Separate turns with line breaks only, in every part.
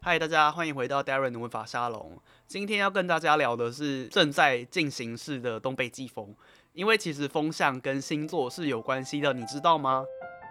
嗨，大家欢迎回到 Darren 的文法沙龙。今天要跟大家聊的是正在进行式的东北季风，因为其实风向跟星座是有关系的，你知道吗？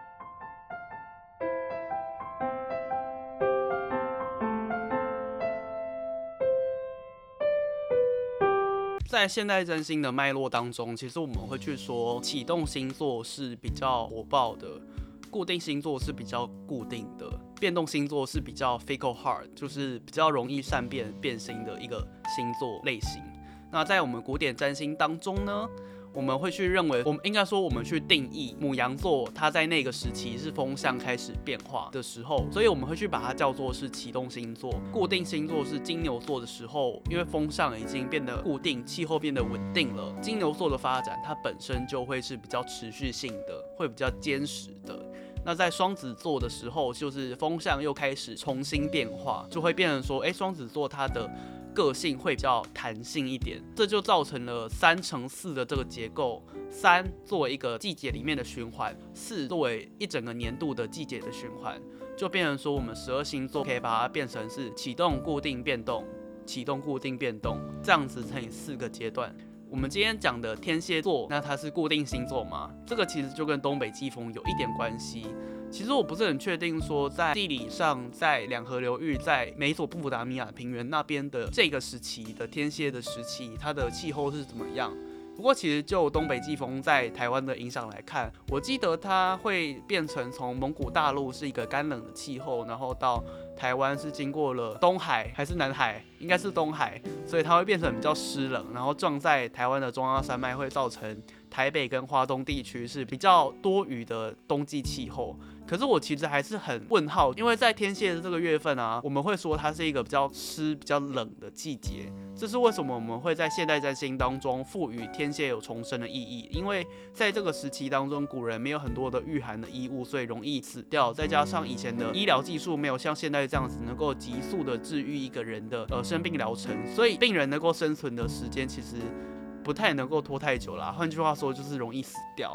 在现代占星的脉络当中，其实我们会去说，启动星座是比较火爆的，固定星座是比较固定的，变动星座是比较 fickle hard，就是比较容易善变变形的一个星座类型。那在我们古典占星当中呢，我们会去认为，我们应该说，我们去定义牡羊座，它在那个时期是风向开始变化的时候，所以我们会去把它叫做是启动星座。固定星座是金牛座的时候，因为风向已经变得固定，气候变得稳定了，金牛座的发展它本身就会是比较持续性的，会比较坚实的。那在双子座的时候，就是风向又开始重新变化，就会变成说，双子座它的个性会比较弹性一点，这就造成了3×4的这个结构，3作为一个季节里面的循环，4作为一整个年度的季节的循环，就变成说我们12星座可以把它变成是启动、固定、变动、启动、固定、变动，这样子乘以4个阶段。我们今天讲的天蝎座，那它是固定星座吗？这个其实就跟东北季风有一点关系。其实我不是很确定说在地理上，在两河流域，在美索不达米亚平原那边的这个时期的天蝎的时期，它的气候是怎么样。不过其实就东北季风在台湾的影响来看，我记得它会变成从蒙古大陆是一个干冷的气候，然后到台湾是经过了东海还是南海，应该是东海，所以它会变成比较湿冷，然后撞在台湾的中央山脉，会造成台北跟花东地区是比较多雨的冬季气候。可是我其实还是很问号，因为在天蝎的这个月份啊，我们会说它是一个比较湿、比较冷的季节。这是为什么我们会在现代占星当中赋予天蝎有重生的意义？因为在这个时期当中，古人没有很多的御寒的衣物，所以容易死掉。再加上以前的医疗技术没有像现在这样子能够急速的治愈一个人的生病疗程，所以病人能够生存的时间其实不太能够拖太久啦。换句话说，就是容易死掉。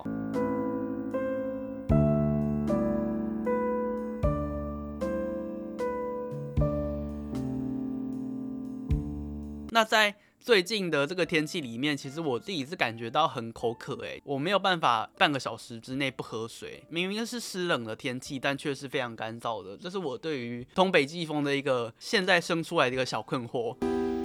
那在最近的这个天气里面，其实我自己是感觉到很口渴我没有办法半个小时之内不喝水。明明是湿冷的天气，但却是非常干燥的，这是我对于东北季风的一个现在生出来的一个小困惑。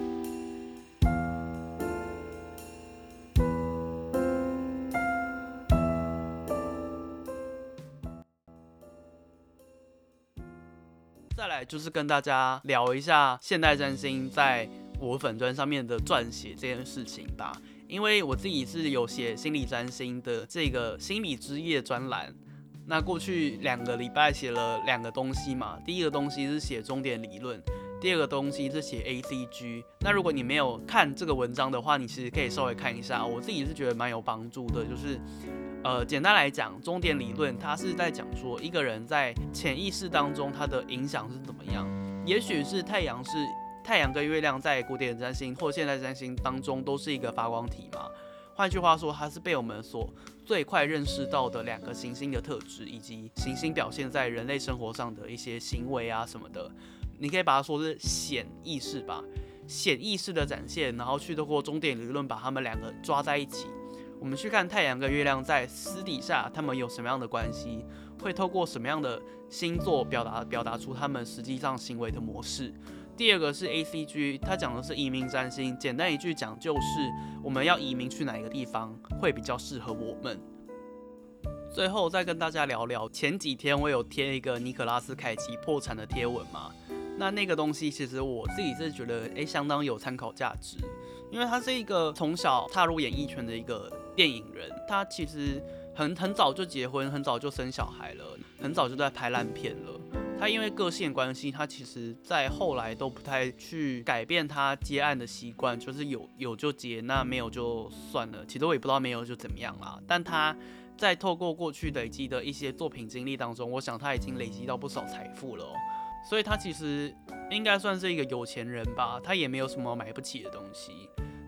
再来就是跟大家聊一下现代占星在我粉专上面的撰写这件事情吧，因为我自己是有写心理占星的这个心理之夜专栏。那过去2个礼拜写了2个东西嘛，第一个东西是写终点理论，第二个东西是写 ACG。那如果你没有看这个文章的话，你其实可以稍微看一下，我自己是觉得蛮有帮助的，就是简单来讲，终点理论它是在讲说一个人在潜意识当中他的影响是怎么样。也许是太阳跟月亮在古典占星或现代占星当中都是一个发光体嘛。换句话说，它是被我们所最快认识到的2个行星的特质，以及行星表现在人类生活上的一些行为啊什么的。你可以把它说是显意识吧，显意识的展现，然后去透过终点理论把它们2个抓在一起。我们去看太阳跟月亮在私底下他们有什么样的关系，会透过什么样的星座表达出他们实际上行为的模式。第二个是 ACG， 它讲的是移民占星，简单一句讲就是我们要移民去哪一个地方会比较适合我们。最后再跟大家聊聊，前几天我有贴一个尼可拉斯凯奇破产的贴文嘛，那个东西其实我自己是觉得相当有参考价值，因为他是一个从小踏入演艺圈的一个电影人，他其实很早就结婚，很早就生小孩了，很早就在拍烂片了。他因为个性关系，他其实在后来都不太去改变他接案的习惯，就是有就接，那没有就算了。其实我也不知道没有就怎么样啦。但他在透过过去累积的一些作品经历当中，我想他已经累积到不少财富了所以他其实应该算是一个有钱人吧，他也没有什么买不起的东西。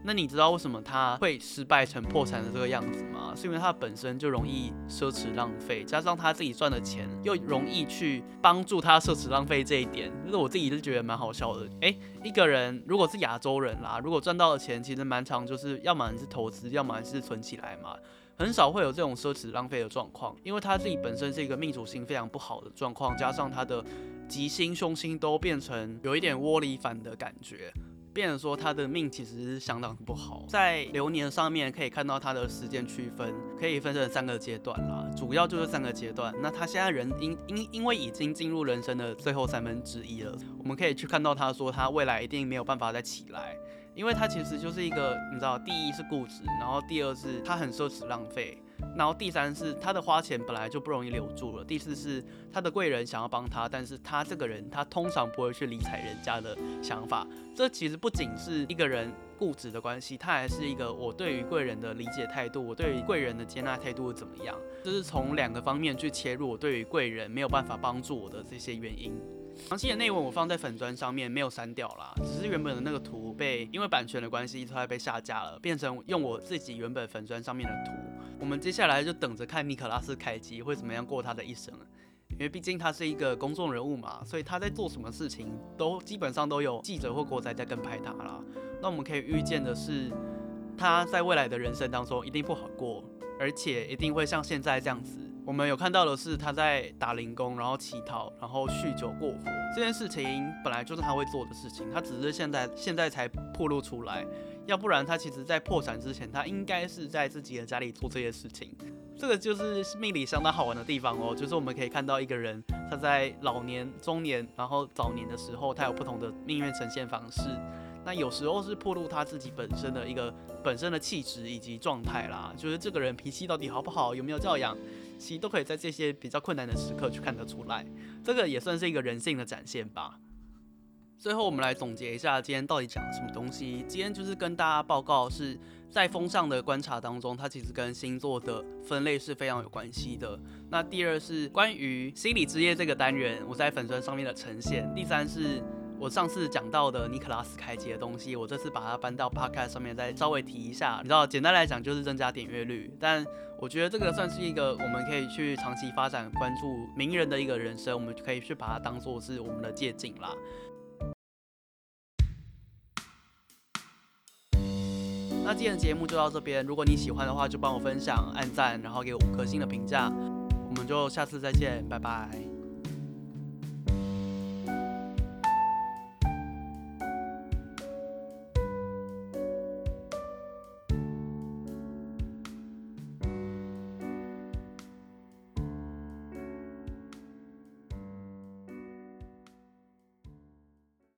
那你知道为什么他会失败成破产的这个样子吗？是因为他本身就容易奢侈浪费，加上他自己赚的钱又容易去帮助他奢侈浪费这一点，就是我自己是觉得蛮好笑的。一个人如果是亚洲人啦，如果赚到的钱其实蛮常就是要么是投资，要么是存起来嘛。很少会有这种奢侈浪费的状况，因为他自己本身是一个命主星非常不好的状况，加上他的吉星、凶星都变成有一点窝里反的感觉，变成说他的命其实是相当不好。在流年上面可以看到他的时间区分，可以分成3个阶段啦，主要就是3个阶段。那他现在人因为已经进入人生的最后1/3了，我们可以去看到他说他未来一定没有办法再起来。因为他其实就是一个，你知道，第一是固执，然后第二是他很奢侈浪费，然后第三是他的花钱本来就不容易留住了，第四是他的贵人想要帮他，但是他这个人他通常不会去理睬人家的想法。这其实不仅是一个人固执的关系，他还是一个我对于贵人的理解态度，我对于贵人的接纳态度怎么样，就是从2个方面去切入我对于贵人没有办法帮助我的这些原因。详细的内文我放在粉专上面，没有删掉啦，只是原本的那个图因为版权的关系，它被下架了，变成用我自己原本粉专上面的图。我们接下来就等着看尼可拉斯凯奇会怎么样过他的一生，因为毕竟他是一个公众人物嘛，所以他在做什么事情都基本上都有记者或国仔在跟拍他啦。那我们可以预见的是，他在未来的人生当中一定不好过，而且一定会像现在这样子。我们有看到的是他在打零工，然后乞讨，然后酗酒过活，这件事情本来就是他会做的事情，他只是现在才暴露出来，要不然他其实在破产之前，他应该是在自己的家里做这些事情。这个就是命理相当好玩的地方哦，就是我们可以看到一个人他在老年、中年，然后早年的时候，他有不同的命运呈现方式。那有时候是暴露他自己本身的一个本身的气质以及状态啦，就是这个人脾气到底好不好，有没有教养，其实都可以在这些比较困难的时刻去看得出来。这个也算是一个人性的展现吧。最后我们来总结一下今天到底讲了什么东西。今天就是跟大家报告是在风象的观察当中，它其实跟星座的分类是非常有关系的。那第二是关于心理之夜这个单元我在粉专上面的呈现。第三是我上次讲到的尼可拉斯凯奇的东西，我这次把它搬到 podcast 上面再稍微提一下。你知道，简单来讲就是增加点阅率，但我觉得这个算是一个我们可以去长期发展关注名人的一个人生，我们可以去把它当作是我们的借鉴啦。那今天的节目就到这边，如果你喜欢的话，就帮我分享、按赞，然后给我5颗星的评价。我们就下次再见，拜拜。